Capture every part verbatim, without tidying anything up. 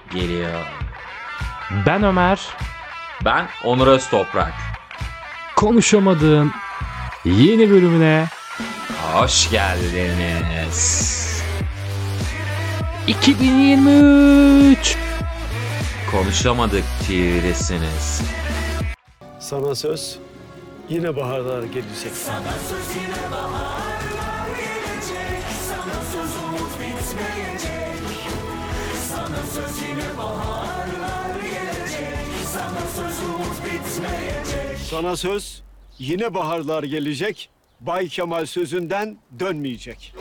geliyor. Ben Ömer. Ben Onur Öztoprak. Konuşamadığın yeni bölümüne Hoş geldiniz. iki bin yirmi üç. Konuşamadık TV'desiniz. Sana söz yine baharlar gelecek. Sana söz yine baharlar gelecek. Sana söz umut bitmeyecek. Sana söz yine baharlar gelecek. Sana söz umut bitmeyecek. Sana söz yine baharlar gelecek. Bay Kemal sözünden dönmeyecek.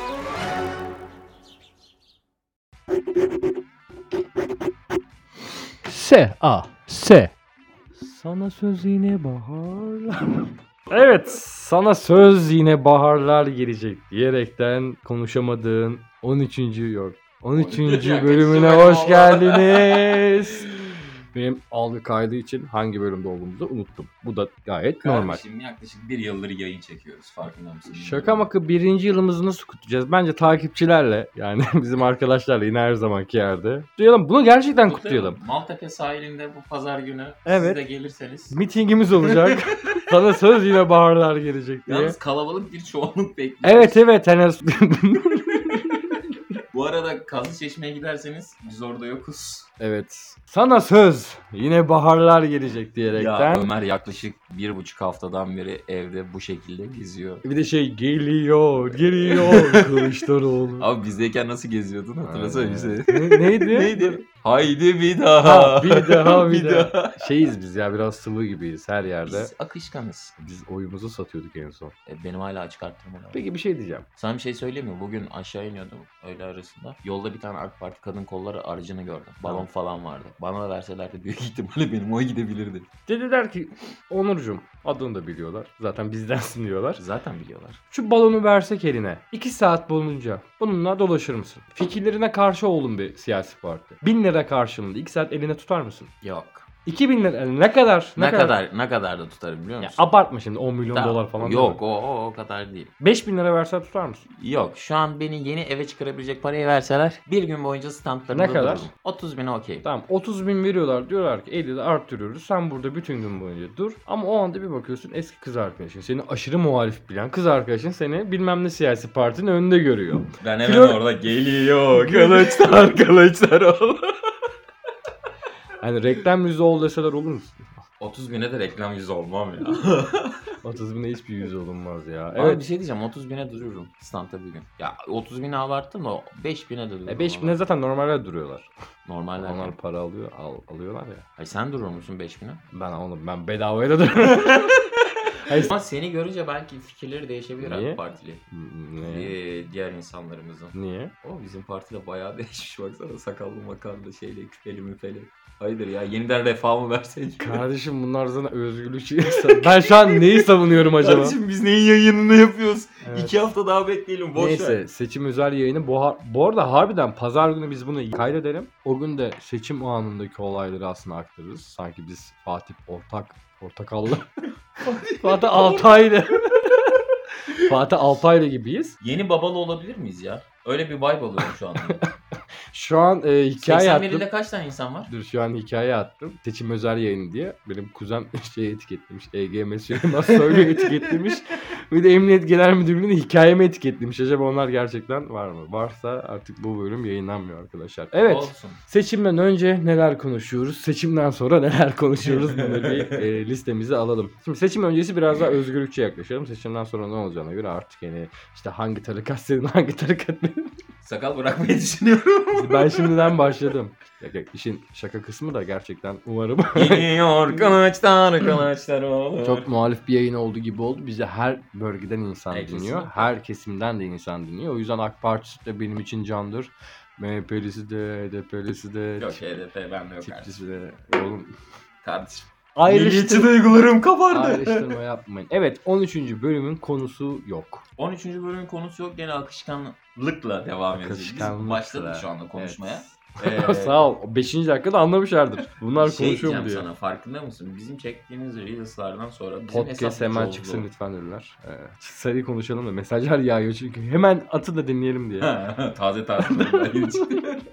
S A S. Sana söz yine baharlar. Evet, sana söz yine baharlar gelecek diyerekten konuşamadığın on üçüncü yok. on üçüncü bölümüne hoş geldiniz. Benim algı kaydı için hangi bölümde olduğumuzu unuttum. Bu da gayet normal. Kardeşim yaklaşık bir yıldır yayın çekiyoruz. Farkında mısın? Şaka maka birinci yılımızı nasıl kutlayacağız? Bence takipçilerle, yani bizim arkadaşlarla yine her zamanki yerde kutlayalım. Bunu gerçekten kutlayalım. Maltepe sahilinde bu pazar günü Evet. siz de gelirseniz. Mitingimiz olacak. Sana söz yine baharlar gelecek diye. Yalnız kalabalık bir çoğunluk bekliyoruz. Evet evet. Hani... Bu arada Kazlıçeşme'ye giderseniz biz orada yokuz. Evet. Sana söz yine baharlar gelecek Ya diyerekten. Ömer yaklaşık bir buçuk haftadan beri evde bu şekilde geziyor. Bir de şey geliyor, geliyor Kılıçdaroğlu. Abi bizdeyken nasıl geziyordun hatırlasana Aynen. bize. Ne- neydi? Neydi? Haydi bir daha. Ha, bir daha bir daha. Şeyiz biz ya, biraz sıvı gibiyiz her yerde. Biz akışkanız. Biz oyumuzu satıyorduk en son. E, benim hala açık arttırma var. Peki bir şey diyeceğim. Sana bir şey söyleyeyim mi? Bugün aşağı iniyordum öğle arasında. Yolda bir tane AK Parti kadın kolları aracını gördüm. Balon Tamam. falan vardı. Bana da verselerdi büyük ihtimalle benim oy gidebilirdi. Dediler ki Onurcuğum, adını da biliyorlar. Zaten bizdensin diyorlar. Zaten biliyorlar. Şu balonu versek eline. iki saat boyunca bununla dolaşır mısın? Fikirlerine karşı olun bir siyasi parti. bin lira karşılığında iki saat eline tutar mısın? Yok. iki bin lira yani ne kadar? Ne, kadar ne kadar da tutarım biliyor Ya musun? abartma şimdi, on milyon Tamam. dolar falan. Yok o, o o kadar değil. beş bin lira versen tutar mısın? Yok şu an beni yeni eve çıkarabilecek parayı verseler bir gün boyunca standlarında Ne kadar? dururum. otuz bine okey. Tamam, otuz bin veriyorlar, diyorlar ki elli de arttırıyoruz. Sen burada bütün gün boyunca dur. Ama o anda bir bakıyorsun eski kız arkadaşın, seni aşırı muhalif bilen kız arkadaşın seni bilmem ne siyasi partinin önünde görüyor. Ben hemen Flor- orada geliyor kılıçlar kılıçlar ol. Hani reklam yüzü ol deseler olur musun? otuz bine de reklam yüzü olmam ya. otuz bine hiçbir yüz olunmaz ya. Ama Evet. bir şey diyeceğim otuz bine dururum standa bir gün. Ya otuz bine abarttım da beş bine de dururum. E beş bine zaten normalde duruyorlar. Normaller. Onlar para alıyor, al, alıyorlar ya. Ay sen durur musun beş bine? Ben onu ben bedavaya da duruyorum. Hayır. Ama seni görünce belki fikirleri değişebilir Niye? AK Partili. Ne? Ee, diğer insanlarımızın. Niye? O bizim partide bayağı değişmiş baksana sakallı makarlı şeyle küpeli müpeli. Hayırdır ya yeniden refah mı verseydik? Kardeşim bunlar zaten özgürlükçü insan. Ben şu an neyi savunuyorum acaba? Kardeşim biz neyin yayınını yapıyoruz? Evet. İki hafta daha bekleyelim boş Neyse, ver. seçim özel yayını bu, har- bu arada harbiden pazar günü biz bunu kaydedelim. O gün de seçim anındaki olayları aslında aktarırız. Sanki biz Fatih Ortak Portakallı Fatih Altaylı Fatih Altaylı gibiyiz. Yeni babalı olabilir miyiz ya? Öyle bir vibe alıyorum şu anda. Şu an e, hikaye seksen attım. birinde kaç tane insan var? Dur şu an hikaye attım. Seçim özel yayını diye. Benim kuzen şey etiketlemiş. E G M Süleyman Soylu etiketlemiş. Bir de Emniyet Genel Müdürlüğü'nün hikayemi etiketlemiş. Acaba onlar gerçekten var mı? Varsa artık bu bölüm yayınlanmıyor arkadaşlar. Evet. Olsun. Seçimden önce neler konuşuyoruz? Seçimden sonra neler konuşuyoruz? Bunları bir e, listemize alalım. Şimdi seçim öncesi biraz daha özgürlükçe yaklaşalım. Seçimden sonra ne olacağına göre artık yani işte hangi tarikat senin, hangi tarikat benim. Sakal bırakmayı düşünüyorum. Ben şimdiden başladım. Ya, ya, işin şaka kısmı da gerçekten umarım Geliyor kılıçlar kılıçlar olur. çok muhalif bir yayın olduğu gibi oldu. Bizi her bölgeden insan Evet, dinliyor. kesinlikle. Her kesimden de insan dinliyor. O yüzden AK Partisi de benim için candır. M H P'lisi de, H D P'lisi de, Yok H D P bende yok artık. Tiplisi de. Oğlum Kardeşim. ayrıştır- Milliyetçi duygularım kabardı. ayrıştırma yapmayın. Evet, on üçüncü bölümün konusu yok. on üçüncü bölümün konusu yok. Gene akışkanlıkla devam edeceğiz. Biz Akışkanlıkla. başladık şu anda konuşmaya. Evet. Ee, Sağ ol. beşinci dakikada anlamışlardır. Bunlar şey konuşuyor mu diyeceğim diye. sana farkında mısın? Bizim çektiğimiz Reels'lardan sonra bizim Podcast hesap hemen yolculuğu. çıksın lütfen dediler. Ee, seri konuşalım da mesajlar yağıyor çünkü. Hemen atı da dinleyelim diye. taze taze. bölümler yeni çıktı.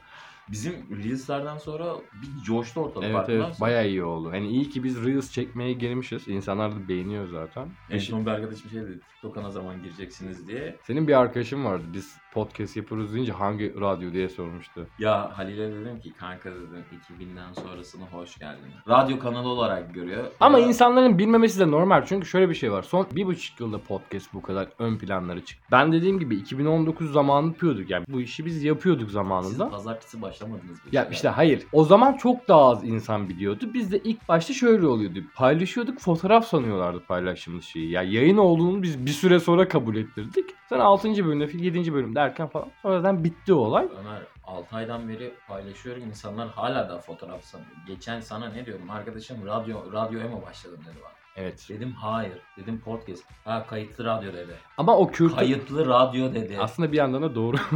Bizim Reels'lardan sonra bir coştu ortalık. Evet farkında evet mısın? bayağı iyi oldu. Hani iyi ki biz Reels çekmeye girmişiz. İnsanlar da beğeniyor zaten. En son bir arkadaşım şey dedi. TikTok'a ne zaman gireceksiniz diye. Senin bir arkadaşın vardı. Biz podcast yapıyoruz deyince hangi radyo diye sormuştu. Ya Halil'e dedim ki kanka dedim iki binden sonrasına hoş geldin. Radyo kanalı olarak görüyor. Ama Ya, insanların bilmemesi de normal. Çünkü şöyle bir şey var. Son bir buçuk yılda podcast bu kadar ön planlara çıktı. Ben dediğim gibi iki bin on dokuz zamanı yapıyorduk. Yani bu işi biz yapıyorduk siz zamanında. pazartesi başlamadınız mı? Ya işte hayır. O zaman çok daha az insan biliyordu. Biz de ilk başta şöyle oluyordu. Paylaşıyorduk, fotoğraf sanıyorlardı paylaştığımız şeyi. Ya yayın olduğunu biz bir süre sonra kabul ettirdik. Sonra altıncı bölümde, yedinci bölüm derken falan sonradan bitti o olay. Ömer altı aydan beri paylaşıyorum. İnsanlar hala da fotoğraf sanıyor. Geçen sana ne diyorum? Arkadaşım radyo radyoya mı başladım dedi bana. Evet. Dedim hayır. Dedim podcast. Ha kayıtlı radyo dedi. Ama o kültür Kayıtlı radyo dedi. aslında bir yandan da doğru.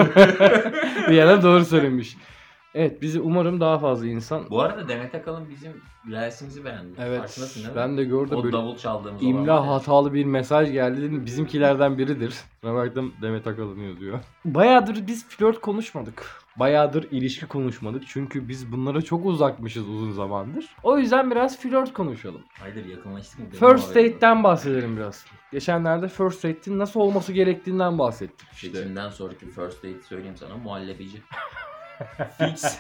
Bir yandan doğru söylemiş. Evet bizi umarım daha fazla insan. Bu arada Demet Akalın bizim reelsimizi beğendi. Evet Farkındasın değil mi? ben de gördüm O böyle davul çaldığımız imla olan var ya. hatalı bir mesaj geldi dedim bizimkilerden biridir. Sonra baktım Demet Akalın yazıyor. Bayağıdır biz flört konuşmadık. Bayağıdır ilişki konuşmadık çünkü biz bunlara çok uzakmışız uzun zamandır. O yüzden biraz flört konuşalım. Hayır yakınlaştık mı? Benim First haberim yok. date'ten bahsedelim biraz. Geçenlerde first date'in nasıl olması gerektiğinden bahsettik işte. Seçimden sonraki first date söyleyeyim sana muhallebici. Fix.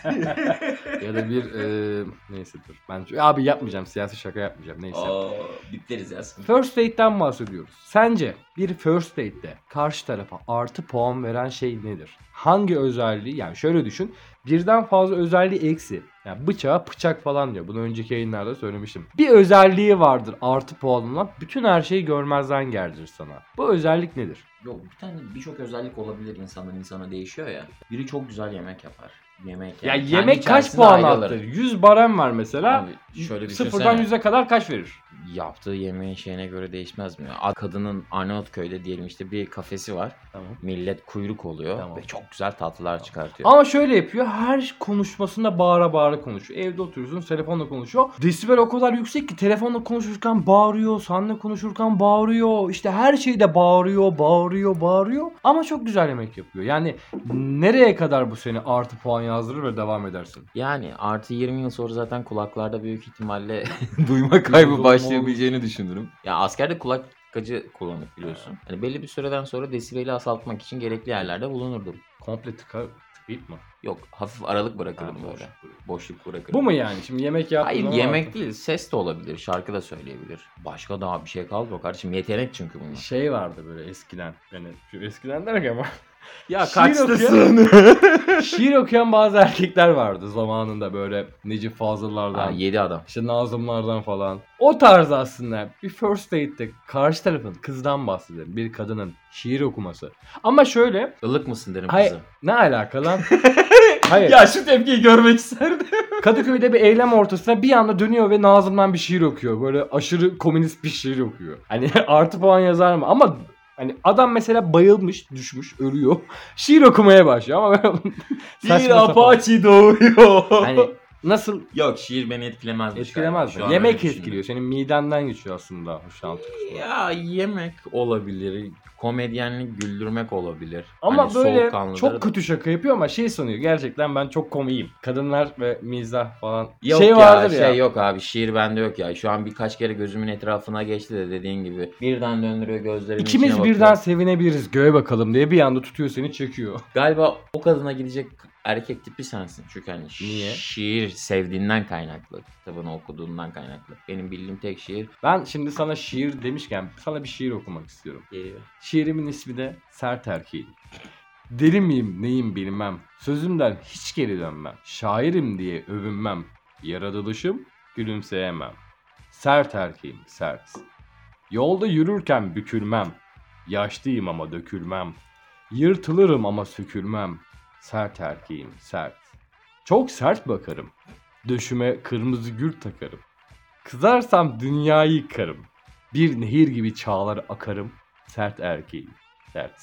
Ya da bir e, neyse dur. Ben abi yapmayacağım siyasi şaka yapmayacağım neyse. Aa, bitleriz ya. First date'ten bahsediyoruz. Sence bir first date'te karşı tarafa artı puan veren şey nedir? Hangi özelliği yani şöyle düşün. Birden fazla özelliği eksi. Yani bıçağa bıçak falan diyor. Bunu önceki yayınlarda söylemiştim. Bir özelliği vardır artı puanla. Bütün her şeyi görmezden geldirir sana. Bu özellik nedir? Yok bir tane birçok özellik olabilir insandan insana değişiyor ya. Biri çok güzel yemek yapar. Yemek Ya yani kendi yemek kaç içerisinde puan ayrılır. attı? yüz barem var mesela. Abi şöyle Sıfırdan düşünsene. yüze kadar kaç verir? Yaptığı yemeğin şeyine göre değişmez mi? ya? Kadının Arnavutköy'de diyelim işte bir kafesi var. Tamam. Millet kuyruk oluyor Tamam. ve çok güzel tatlılar çıkartıyor. Ama şöyle yapıyor. Her konuşmasında bağıra bağıra konuşuyor. Evde oturuyorsun, telefonla konuşuyor. Desibel o kadar yüksek ki telefonla konuşurken bağırıyor, seninle konuşurken bağırıyor. İşte her şeyde bağırıyor, bağırıyor, bağırıyor. Ama çok güzel yemek yapıyor. Yani nereye kadar bu seni artı puan yazdırır ve devam edersin? Yani artı yirmi yıl sonra zaten kulaklarda büyük ihtimalle duyma kaybı başlayabileceğini düşünürüm. Ya askerde kulak tıkacı kullanıp biliyorsun. Hani belli bir süreden sonra desibeli azaltmak için gerekli yerlerde bulunurdum. Komple tıka, tıkayıp mı? Yok hafif aralık bırakırdım Ha, böyle. boş. Boşluk bırakırdım. Bu mu yani? Şimdi yemek yaptığın Hayır zaman yemek artık değil ses de olabilir. Şarkı da söyleyebilir. Başka daha bir şey kaldı o kardeşim. Yetenek çünkü bunlar. şey vardı böyle eskiden. Yani şu eskiden derken ama. Ya Şiir okuyan, şiir okuyan bazı erkekler vardı zamanında böyle Necip Fazıl'lardan. Aa, yedi adam. İşte Nazımlardan falan. O tarz aslında bir first date'te karşı tarafın kızdan bahsedelim. Bir kadının şiir okuması. Ama şöyle. Ilık mısın derim Hayır. kızı. Ne alaka lan? Hayır. Ya şu tepkiyi görmek isterdim. Kadıköy'de bir eylem ortasına bir anda dönüyor ve Nazım'dan bir şiir okuyor. Böyle aşırı komünist bir şiir okuyor. Hani artı puan yazar mı? Ama hani adam mesela bayılmış, düşmüş, ölüyor. Şiir okumaya başlıyor ama böyle saçma sapan. doğuyor. Hani nasıl Yok şiir beni etkilemez. etkilemez mi? Yemek etkiliyor. Senin midenden geçiyor aslında hoşlantı kısmı. Ya yemek olabilir. Komedyenlik, güldürmek olabilir. Ama Hani böyle soğukkanlıdır çok da- kötü şaka yapıyor ama şey sanıyor. Gerçekten ben çok komiyim. Kadınlar ve mizah falan. Yok şey ya, vardır ya. şey yok abi şiir bende yok ya. Şu an birkaç kere gözümün etrafına geçti de dediğin gibi. Birden döndürüyor gözlerimin İkimiz içine birden bakıyor. sevinebiliriz. Göğe bakalım diye bir anda tutuyor seni çekiyor. Galiba o kadına gidecek erkek tipi sensin. Çünkü hani Niye? şiir sevdiğinden kaynaklı. Kitabını okuduğundan kaynaklı. Benim bildiğim tek şiir. Ben şimdi sana şiir demişken sana bir şiir okumak istiyorum. Geliyor. Şiirimin ismi de Sert Erkeğim. Deli miyim neyim bilmem. Sözümden hiç geri dönmem. Şairim diye övünmem. Yaratılışım gülümseyemem. Sert erkeğim sert. Yolda yürürken bükülmem. Yaşlıyım ama dökülmem. Yırtılırım ama sökülmem. Sert erkeğim sert. Çok sert bakarım. Döşüme kırmızı gül takarım. Kızarsam dünyayı yıkarım. Bir nehir gibi çağlar akarım. Sert erkeğim sert.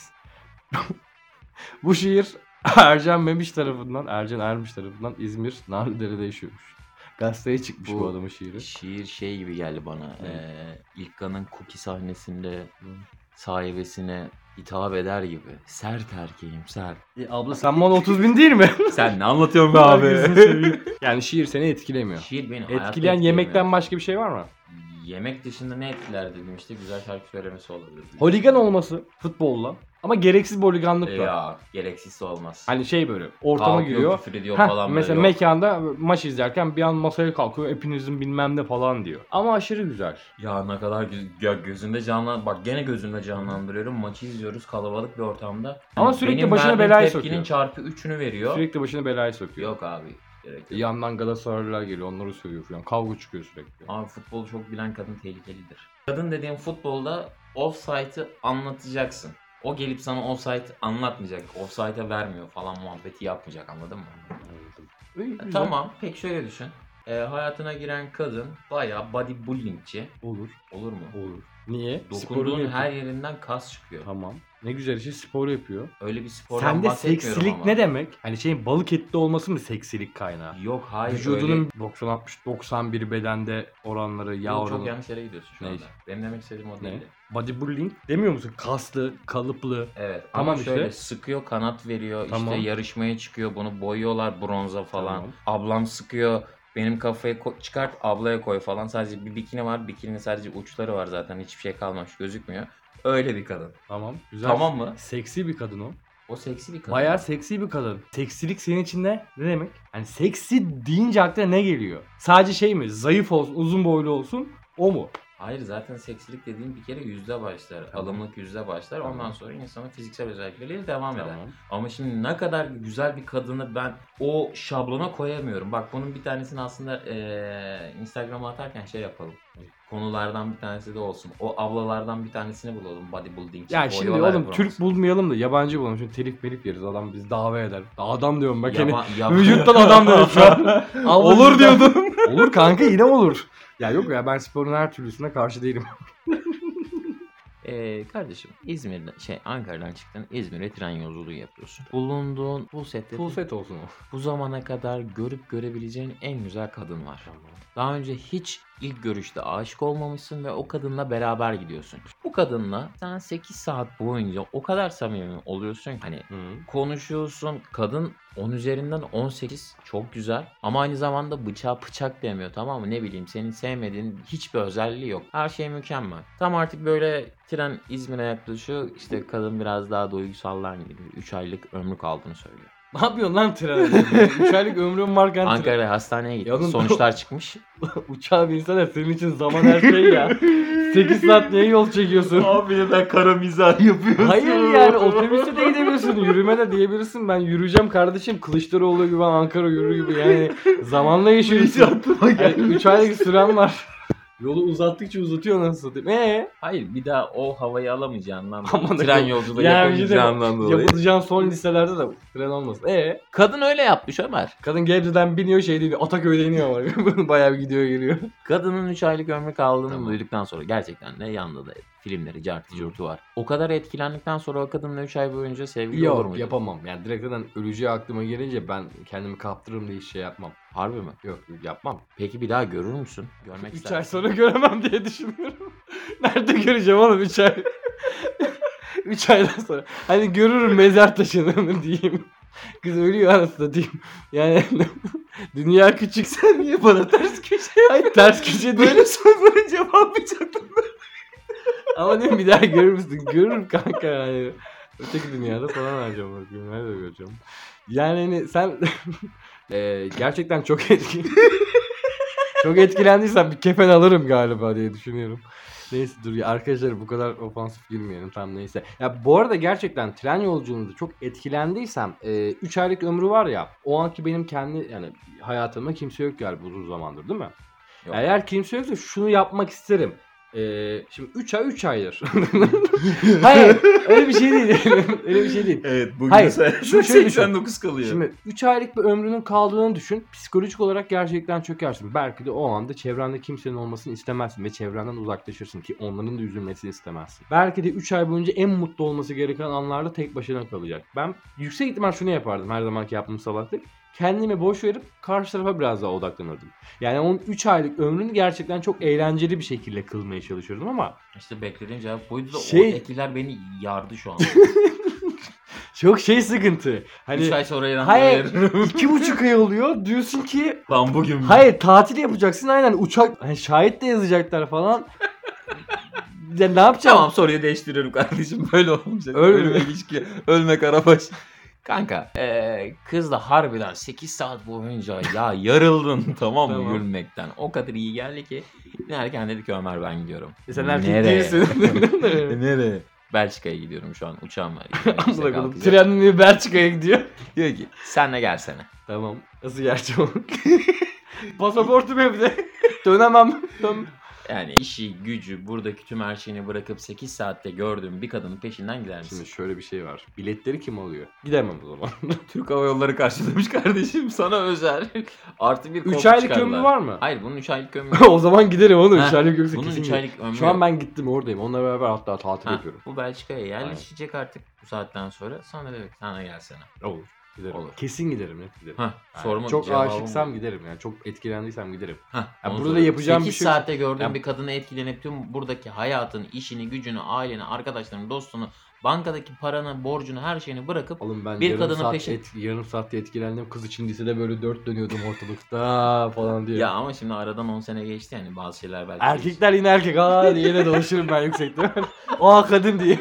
Bu şiir Ercan Memiş tarafından, Ercan Ermiş tarafından İzmir Narlıdere'de yaşıyormuş. Gazeteye çıkmış bu, Bu adamın şiiri. Şiir şey gibi geldi bana. Ee, İlkan'ın Cookie sahnesinde sahibesine hitap eder gibi. Sert erkeğim sert. E, abla sen bana otuz bin değil mi? Sen ne anlatıyorsun be Gözünü seveyim. Yani şiir seni etkilemiyor. Şiir beni hayatta Etkileyen etkilemiyor. yemekten başka bir şey var mı? Yemek dışında ne etkiler dedim işte, güzel şarkı söylemesi olabilir. Holigan olması futbolla. Ama gereksiz bir holiganlık E var. ya gereksiz olmaz. Hani şey böyle ortama Kalkıyor, giriyor. küfür ediyor Heh, falan mesela böyle. Yok. mekanda maç izlerken bir an masaya kalkıyor. Hepinizin bilmem ne falan diyor. Ama aşırı güzel. Ya ne kadar gö- ya gözünde canlan bak gene gözümde canlandırıyorum. Maçı izliyoruz kalabalık bir ortamda. Ama Yani sürekli benim başına verdiğim belayı tepkinin sokuyor. çarpı üçünü veriyor. Sürekli başına belayı sokuyor. Yok abi. Gerek yok. Yandan Galatasaraylılar geliyor. Onları sövüyor falan. Kavga çıkıyor sürekli. Abi futbolu çok bilen kadın tehlikelidir. Kadın dediğin futbolda offside'ı anlatacaksın. O gelip sana offside anlatmayacak. Offside'a vermiyor falan muhabbeti yapmayacak, anladın mı? İyi, E, güzel. Tamam. Peki şöyle düşün. E, hayatına giren kadın bayağı bodybuildingçi. Olur. Olur mu? Olur. Niye? Sporunu Dokunduğun yapıyor. her yerinden kas çıkıyor. Tamam. Ne güzel işte spor yapıyor. Öyle bir spordan Sende bahsetmiyorum seksilik ama. ne demek? Hani şeyin balık etli olması mı seksilik kaynağı? Yok hayır Vücudunun öyle. doksan altmış doksan bir bedende oranları, yağ Yok, çok oranı. yanlış yere gidiyorsun şu Ne? anda. Benim demek istediğim o Ne? değildi. Bodybuilding demiyor musun? Kaslı, kalıplı. Evet Tamam ama işte. şöyle sıkıyor, kanat veriyor, Tamam. işte yarışmaya çıkıyor, bunu boyuyorlar bronza falan. Tamam. Ablam sıkıyor, benim kafayı ko- çıkart ablaya koy falan. Sadece bir bikini var, bikininin sadece uçları var zaten, hiçbir şey kalmamış, gözükmüyor. Öyle bir kadın. Tamam. Güzel. Tamam mı? Seksi bir kadın o. O seksi bir kadın. Bayağı seksi bir kadın. Seksilik senin için ne? Ne demek? Hani seksi deyince aklına ne geliyor? Sadece şey mi? Zayıf olsun, uzun boylu olsun. O mu? Hayır zaten seksilik dediğin bir kere yüzde başlar. Tamam. Alımlık yüzde başlar. Tamam. Ondan sonra insanın fiziksel özellikleriyle devam eder. Tamam. Ama şimdi ne kadar güzel bir kadını ben o şablona koyamıyorum. Bak bunun bir tanesini aslında eee Instagram'a atarken şey yapalım. Konulardan bir tanesi de olsun. O ablalardan bir tanesini bulalım, bodybuilding. Ya şimdi boyuyorlar oğlum bronz. Türk bulmayalım da yabancı bulalım. Şimdi telif melif yeriz. Adam bizi davet eder. Adam diyorum bak hani. Yaba- yaba- Vücuttan adam dedim şu an. Olur Olur diyordum. Olur kanka yine olur. Ya yok ya ben sporun her türlüsüne karşı değilim. Ee, kardeşim İzmir'den şey Ankara'dan çıktın, İzmir'e tren yolculuğu yapıyorsun. Bulunduğun bu sette Full set olsun o. bu zamana kadar görüp görebileceğin en güzel kadın var. Daha önce hiç ilk görüşte aşık olmamışsın ve o kadınla beraber gidiyorsun. Bu kadınla sen sekiz saat boyunca o kadar samimi oluyorsun ki hani Hı. konuşuyorsun. Kadın on üzerinden on sekiz, çok güzel ama aynı zamanda bıçağı bıçak demiyor, tamam mı? Ne bileyim, senin sevmediğin hiçbir özelliği yok. Her şey mükemmel. Tam artık böyle tren İzmir'e yaklaşıyor. İşte kadın biraz daha duygusallar gibi. üç aylık ömrü kaldığını söylüyor. Ne yapıyorsun lan trene? üç aylık ömrüm varken tren- Ankara'ya hastaneye gitti. Yalnız- Sonuçlar çıkmış. uçağa binsene senin için zaman her şey ya. sekiz saat niye yol çekiyorsun? Abi ben kara mizah yapıyorum. Hayır yani otobüste de gidebilirsin. Yürüme de diyebilirsin. Ben yürüyeceğim kardeşim. Kılıçdaroğlu gibi Ankara yürür gibi yani zamanla yaşıyorsun. Yani üç aylık süren var. Yolu uzattıkça uzatıyor nasıl satayım. Eee? Hayır, bir daha o havayı alamayacağından Aman dolayı, tren Allah'ım. yolculuğu Yani bir de yapamayacağından dolayı. yapılacağın son listelerde de tren olmasın. Eee? Kadın öyle yapmış Ömer. Kadın Gebze'den biniyor şey değil. Ataköy'de iniyor var. Bayağı bir gidiyor geliyor. Kadının üç aylık ömrü kaldığını Tamam. duyduktan sonra gerçekten de yanında da filmleri, cartı curtu var. O kadar etkilendikten sonra o kadınla üç ay boyunca sevgili olur Yok muydu? yapamam. Yani direkt zaten öleceği aklıma gelince ben kendimi kaptırırım diye hiç şey yapmam. Harbi mi? Yok yapmam. Peki bir daha görür müsün? Görmek üç ister ay misin? sonra göremem diye düşünüyorum. Nerede göreceğim oğlum üç ay? üç aydan sonra. Hani görürüm mezar taşını diyeyim. Kız ölüyor anasını diyeyim. Yani dünya küçük, sen niye bana ters köşe? Hayır ters köşe değil. Böyle soruların cevaplayacaktım. Ama değil mi, bir daha görür müsün? Görürüm kanka yani. Öteki dünyada falan harcam bakıyorum. Nerede göreceğim? Yani hani sen Eee gerçekten çok etki çok etkilendiysen bir kefen alırım galiba diye düşünüyorum. Neyse dur ya arkadaşlar, bu kadar ofansif girmeyelim, tam neyse. Ya bu arada gerçekten tren yolculuğunda çok etkilendiysem üç aylık ömrü var ya, o anki benim kendi yani hayatımda kimse yok galiba uzun zamandır değil mi? Yok. Eğer kimse yoksa şunu yapmak isterim. Ee, şimdi üç ay üç aydır. Hayır öyle bir şey değil. Öyle bir şey değil. Evet bugün Hayır, sen şunu şöyle düşün. seksen dokuz kalıyor. Şimdi üç aylık bir ömrünün kaldığını düşün. Psikolojik olarak gerçekten çökersin. Belki de o anda çevrende kimsenin olmasını istemezsin ve çevrenden uzaklaşırsın ki onların da üzülmesini istemezsin. Belki de üç ay boyunca en mutlu olması gereken anlarda tek başına kalacak. Ben yüksek ihtimal şunu yapardım, her zamanki yaptığım salaklık. kendimi boş verip karşı tarafa biraz daha odaklanırdım. Yani onun üç aylık ömrünü gerçekten çok eğlenceli bir şekilde kılmaya çalışıyordum ama İşte beklediğim cevap buydu da Şey- o etkiler beni yardı şu an. çok şey sıkıntı. Hani üç ay sonra inan hayır veririm. iki buçuk ay oluyor diyorsun ki Lan bugün mü? hayır tatil yapacaksın aynen uçak hani şahit de yazacaklar falan. Ya ne yapacağım? Tamam soruyu değiştiriyorum kardeşim. Böyle olmayacak. Öyle mi? Ölmek ilişki. Ölmek arabaş. Kanka eee kızla harbiden sekiz saat boyunca ya yarıldın tamam mı Tamam. gülmekten. O kadar iyi geldi ki inerken dedi ki Ömer ben gidiyorum. E sen erkek Nereye? değilsin. Nereye? Belçika'ya gidiyorum şu an uçağım var. Amına koydum. Trenle Belçika'ya gidiyor. Diyor ki senle gelsene. Tamam. Nasıl gerçi o? Pasaportum evde. Dönemem. Dön. Yani işi, gücü, buradaki tüm her şeyini bırakıp sekiz saatte gördüğüm bir kadının peşinden gider misin? Şimdi şöyle bir şey var. Biletleri kim alıyor? Gidemem o zaman. Türk Hava Yolları karşılamış kardeşim sana özel. Artı bir üç koltuk aylık çıkardılar. ömrü var mı? Hayır bunun üç aylık ömrü O zaman giderim oğlum. üç Ha, aylık yoksa bunun kesin üç giderim. aylık ömrü Şu an yok. ben gittim oradayım. Onunla beraber hatta tatil Ha, yapıyorum. bu Belçika'ya yerleşecek artık bu saatten sonra. Sonra dedik sana gelsene. Olur. Giderim. Olur. Kesin giderim. Net giderim. Hah, Yani sorumun çok cevabı aşıksam bu. giderim yani. Çok etkilendiysem giderim. Hah, Ya onu burada soruyorum. yapacağım bir sekiz şey yok. saatte gördüğün Ya- bir kadını etkilenip tüm buradaki hayatın, işini, gücünü, aileni, arkadaşlarını, dostunu, bankadaki paranı, borcunu, her şeyini bırakıp Oğlum ben Bir yarım kadının saat peşi- et, yarım saatte etkilendim. Kız için lisede böyle dört dönüyordum ortalıkta falan diye. ya ama şimdi aradan on sene geçti yani bazı şeyler belki değişti. Erkekler yine erkek. Aa diye yine dolaşırım ben yüksekte. Aa kadın diye.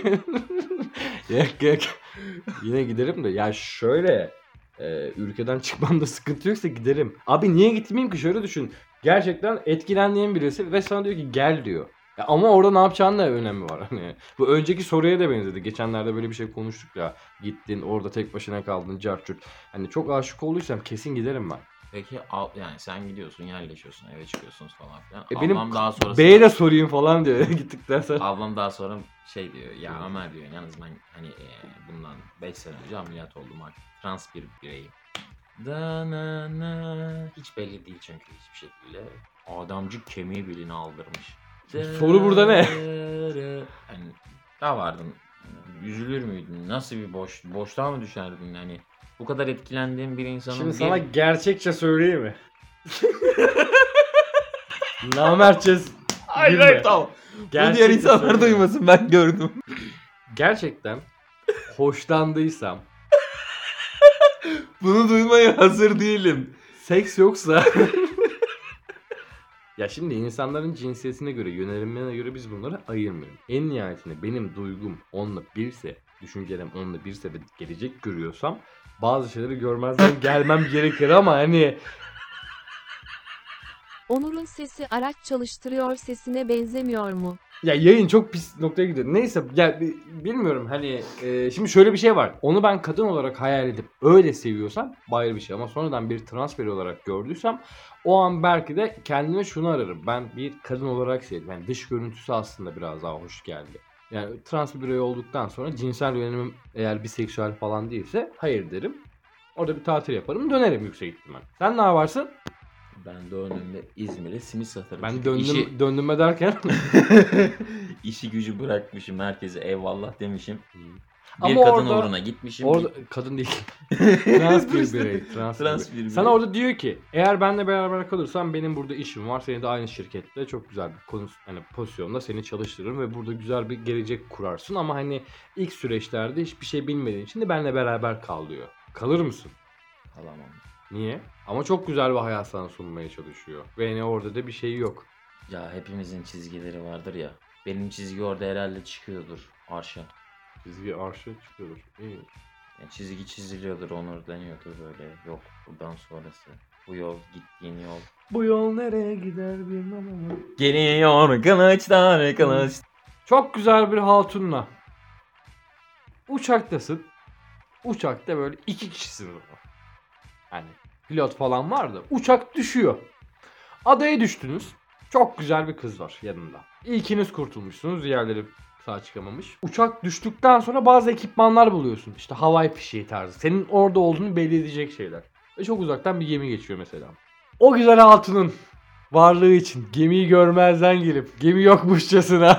Yok yok. Yine giderim de. Ya şöyle. E, ülkeden çıkmamda sıkıntı yoksa giderim. Abi niye gitmeyeyim ki? Şöyle düşün. Gerçekten etkilendiğin birisi ve sana diyor ki gel diyor. Ya ama orada ne yapacağın da önemi var. Hani bu önceki soruya da benzedi. Geçenlerde böyle bir şey konuştuk ya. Gittin orada tek başına kaldın carçurt. Hani çok aşık olduysam kesin giderim ben. Peki al, yani sen gidiyorsun, yerleşiyorsun, eve çıkıyorsunuz falan filan. E benim Ablam daha sonrasında B'ye de sorayım falan diyor gittikten sonra. ablam daha sonra şey diyor ya Ömer diyor yalnız ben hani e, bundan beş sene önce ameliyat oldum artık trans bir bireyim. Da na na hiç belli değil çünkü hiçbir şekilde. Adamcık kemiği biline aldırmış. Soru burada ne? Hani daha vardın. Üzülür müydün? Nasıl bir boş boşluğa mı düşerdin hani? Bu kadar etkilendiğin bir insanın Şimdi bir... sana gerçekçe söyleyeyim mi? Namertçe Hayır gülme. hayır tamam. Bu Gerçekçe diğer insanlar söyleyeyim. duymasın ben gördüm. Gerçekten hoşlandıysam, Bunu duymaya hazır değilim. seks yoksa ya şimdi insanların cinsiyetine göre, yönelimlerine göre biz bunları ayırmıyoruz. En nihayetinde benim duygum onunla birse, düşüncelerim onunla birse ve gelecek görüyorsam bazı şeyleri görmezden gelmem gerekir ama hani Onur'un sesi araç çalıştırıyor sesine benzemiyor mu? ya yayın çok pis noktaya gidiyor. Neyse ya bi- bilmiyorum hani e, şimdi şöyle bir şey var. Onu ben kadın olarak hayal edip öyle seviyorsam ayrı bir şey ama sonradan bir transferi olarak gördüysem o an belki de kendime şunu ararım. Ben bir kadın olarak sevdim. Yani dış görüntüsü aslında biraz daha hoş geldi. Yani trans bir birey olduktan sonra cinsel yönelimim eğer biseksüel falan değilse hayır derim. Orada bir tatil yaparım dönerim yüksek ihtimal. Sen ne yaparsın? Ben döndüğümde İzmir'e simit satarım. Ben Çünkü döndüm işi, döndüme derken işi gücü bırakmışım. Herkese eyvallah demişim. Bir Ama kadın orada- uğruna gitmişim. orada kadın değil. Trans bir birey. Trans, Trans bir bir birey. birey. Sana orada diyor ki eğer benimle beraber kalırsan benim burada işim var. Seni de aynı şirkette çok güzel bir konu, hani pozisyonda seni çalıştırırım ve burada güzel bir gelecek kurarsın. Ama hani ilk süreçlerde hiçbir şey bilmediğin için de benimle beraber kal diyor. Kalır mısın? Alamam. Niye? Ama çok güzel bir hayat sana sunmaya çalışıyor. Ve yine orada da bir şey yok. Ya hepimizin çizgileri vardır ya. Benim çizgi orada herhalde çıkıyordur arşa. Çizgi arşı çıkıyordur. İyi. Yani çizgi çiziliyordur, onur deniyordur böyle. Yok buradan sonrası. Bu yol gittiğin yol. Bu yol nereye gider bilmem. Geliyor kılıçlar kılıç. Çok güzel bir hatunla. Uçaktasın. Uçakta böyle iki kişisin. Hani pilot falan var da uçak düşüyor. Adaya düştünüz. Çok güzel bir kız var yanında. İlkiniz kurtulmuşsunuz. Diğerleri sağ çıkamamış. Uçak düştükten sonra bazı ekipmanlar buluyorsun. İşte havai fişeği tarzı. Senin orada olduğunu belli edecek şeyler. Ve çok uzaktan bir gemi geçiyor mesela. O güzel hatunun varlığı için gemiyi görmezden gelip gemi yokmuşçasına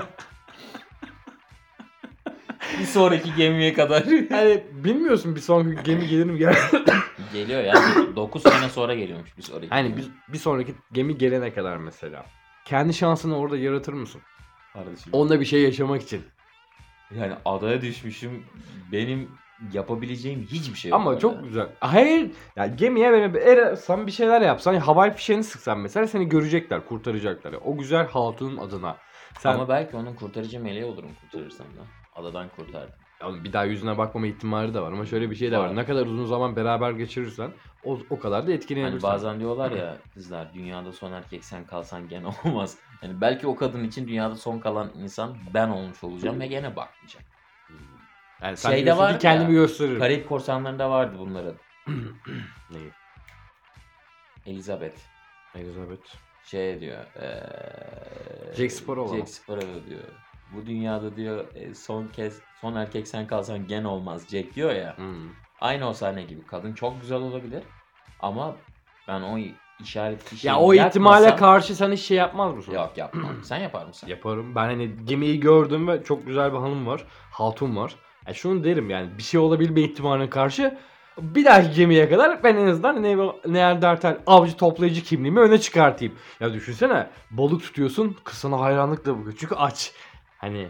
Bir sonraki gemiye kadar. hani bilmiyorsun bir sonraki gemi gelir mi gel Geliyor ya. dokuz sene sonra geliyormuş bir sonraki. Hani bir, bir sonraki gemi gelene kadar mesela. Kendi şansını orada yaratır mısın? Kardeşim. Onda bir şey yaşamak için. Yani adaya düşmüşüm. Benim yapabileceğim hiçbir şey yok. Ama orada. çok güzel. Hayır. Ya gemiye böyle bir ersen bir şeyler yapsan, havai fişeğini sıksan mesela seni görecekler, kurtaracaklar. O güzel hatunun adına. Sen Ama belki onun kurtarıcı meleği olurum kurtarırsam da. Adadan kurtardım. Ya bir daha yüzüne bakmama ihtimali de var ama şöyle bir şey de var. Var. Ne kadar uzun zaman beraber geçirirsen o, o kadar da etkilenebilirsin. Hani bazen diyorlar ya kızlar dünyada son erkek sen kalsan gene olmaz. Yani belki o kadın için dünyada son kalan insan ben olmuş olacağım ve gene bakmayacak. Yani sen Şeyde diyorsun var ki kendimi ya, gösteririm. Karayip korsanlarında vardı bunların. Neyi? Elizabeth Elizabeth. şey diyor. Ee, Jack Sparrow ama. Jack Sparrow diyor. Bu dünyada diyor e, son kez son erkek sen kalsan gene olmaz Jack diyor ya. Hmm. Aynı o sahne gibi. Kadın çok güzel olabilir ama ben o işaretli şeyi Ya o ihtimale yakmasam- karşı sen hiç şey yapmaz mısın? Yok yapmam. Sen yapar mısın? Yaparım. Ben hani gemiyi gördüm ve çok güzel bir hanım var. Hatun var. E şunu derim yani bir şey olabilme ihtimaline karşı bir dahaki gemiye kadar ben en azından ne, Neandertal avcı toplayıcı kimliğimi öne çıkartayım. Ya düşünsene balık tutuyorsun kız sana hayranlıkla bakıyor çünkü aç. Hani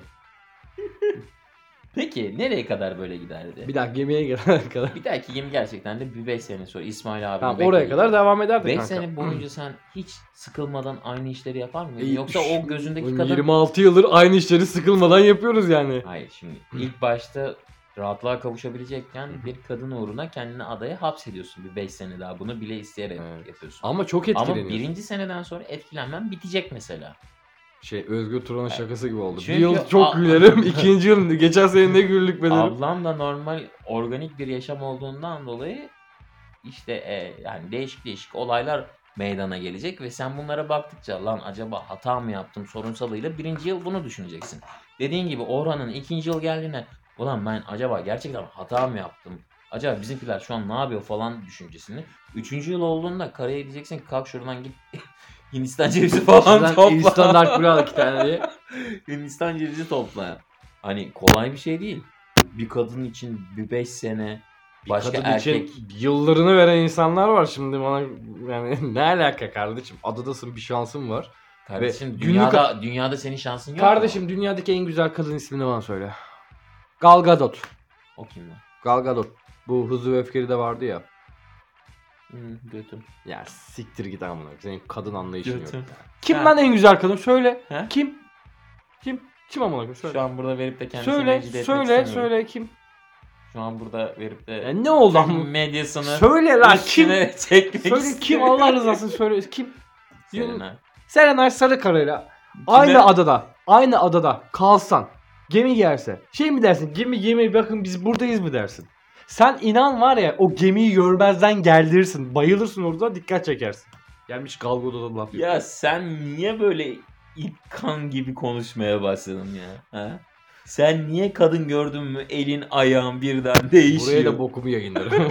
Peki nereye kadar böyle giderdi? bir daha gemiye gelene kadar. Bir dahaki gemi gerçekten de bir beş sene sonra İsmail abi. Tamam oraya kadar devam ederdi beş kanka. sene boyunca sen hiç sıkılmadan aynı işleri yapar mıydın? E, Yoksa şu- o gözündeki Oğlum kadın... yirmi altı yıldır aynı işleri sıkılmadan yapıyoruz yani. Hayır şimdi ilk başta rahatlığa kavuşabilecekken bir kadın uğruna kendini adaya hapsediyorsun bir beş sene daha. Bunu bile isteyerek Evet. yapıyorsun. Ama çok Ama etkileniyorsun. birinci seneden sonra etkilenmen bitecek mesela. Şey Özgür Turan'ın şakası gibi oldu. Çünkü bir yıl çok a- gülerim. ikinci yıl geçen sene ne güldük be derim. Ablam da normal organik bir yaşam olduğundan dolayı işte e, yani değişik değişik olaylar meydana gelecek ve sen bunlara baktıkça lan acaba hata mı yaptım sorunsalıyla birinci yıl bunu düşüneceksin. Dediğin gibi Orhan'ın ikinci yıl geldiğine ulan ben acaba gerçekten hata mı yaptım? Acaba bizimkiler şu an ne yapıyor falan düşüncesini. Üçüncü yıl olduğunda karaya gideceksin kalk şuradan git Hindistan cevizi falan Sizden topla. instant dark bir al iki tane diye. Hindistan cevizi topla. Hani kolay bir şey değil. Bir kadın için bir beş sene başka Kadın erkek için yıllarını veren insanlar var şimdi bana yani ne alaka kardeşim adadasın bir şansın var. kardeşim Ve dünyada dünyada senin şansın yok Kardeşim mu? dünyadaki en güzel kadın ismini bana söyle. Gal Gadot. O kim lan? Gal Gadot. Bu Hızlı ve Öfkeli de vardı ya. Hı, götüm. Ya siktir git amına. Senin kadın anlayışın yok. Götüm. Kim Ha. lan en güzel kadın söyle. He? Kim? Kim? Kim amına koyayım söyle. Şu an burada verip de kendisini Söyle rencide etmek söyle istemiyorum. söyle kim? Şu an burada verip de Ya ne oldu tüm ama? medyasını Söyle lan kim? üstüne çekmek Söyle kim istemiyorum. Allah rızası için söyle kim? Selena. Serenay Sarıkara'yla aynı adada, aynı adada kalsan, gemi gelse, şey mi dersin? Gemi gemi bakın biz buradayız mı dersin? Sen inan var ya o gemiyi görmezden geldirirsin, bayılırsın orada dikkat çekersin. Gelmiş Gal Gadot'a laf yapıyor. Ya sen niye böyle İlkan gibi konuşmaya başladın ya? Ha? Sen niye kadın gördün mü elin ayağın birden değişiyor? Buraya da bokumu yayınlarım.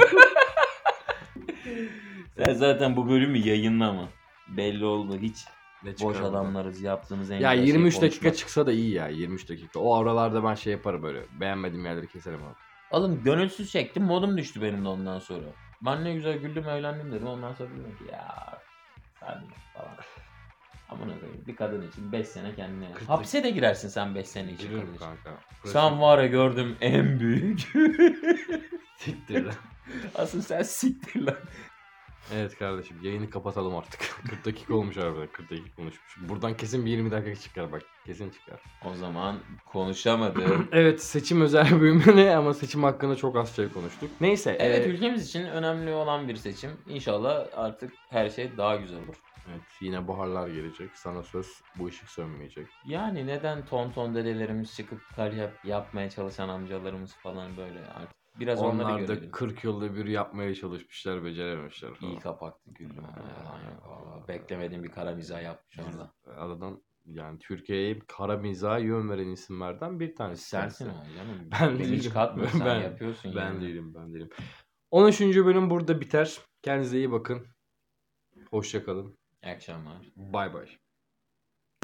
Sen zaten bu bölümü yayınlama. Belli oldu hiç Ne boş çıkar buradan? adamlarız yaptığımız en Ya güzel şey yirmi üç dakika konuşmak. çıksa da iyi ya yirmi üç dakika. O aralarda ben şey yaparım böyle. Beğenmediğim yerleri keserim abi. Oğlum gönülsüz çektim modum düştü benim de ondan sonra. Ben ne güzel güldüm eğlendim dedim ondan sonra dedim ki ya hadi falan. Amına koyayım bir kadın için beş sene kendine. Kırk- Hapse de girersin sen beş sene için Giririm kadın için. kanka. Sen var ya gördüm en büyük. Siktir lan. Asıl sen siktir lan. Evet kardeşim yayını kapatalım artık. kırk dakika olmuş harbiden. kırk dakika konuşmuş. Buradan kesin bir yirmi dakika çıkar bak. Kesin çıkar. O zaman konuşamadım. Evet seçim özel bölümüne ama seçim hakkında çok az şey konuştuk. Neyse. Evet e, ülkemiz için önemli olan bir seçim. İnşallah artık her şey daha güzel olur. evet, yine baharlar gelecek. Sana söz bu ışık sönmeyecek. Yani neden ton ton dedelerimiz çıkıp kar yap- yapmaya çalışan amcalarımız falan böyle artık biraz onları Onlar da görelim. kırk yılda bir yapmaya çalışmışlar, becerememişler falan. İyi kapaktı güldüm. Ha, Yalan yok valla. Beklemediğim bir kara mizah yapmış orada. Aradan yani Türkiye'ye kara mizaha yön veren isimlerden bir tanesi. Sensin kendisi. o canım. Ben Beni değilim. hiç katma sen Ben- yapıyorsun Ben yani. değilim, ben değilim. on üçüncü bölüm burada biter. Kendinize iyi bakın. Hoşça kalın. İyi akşamlar. Bay bay.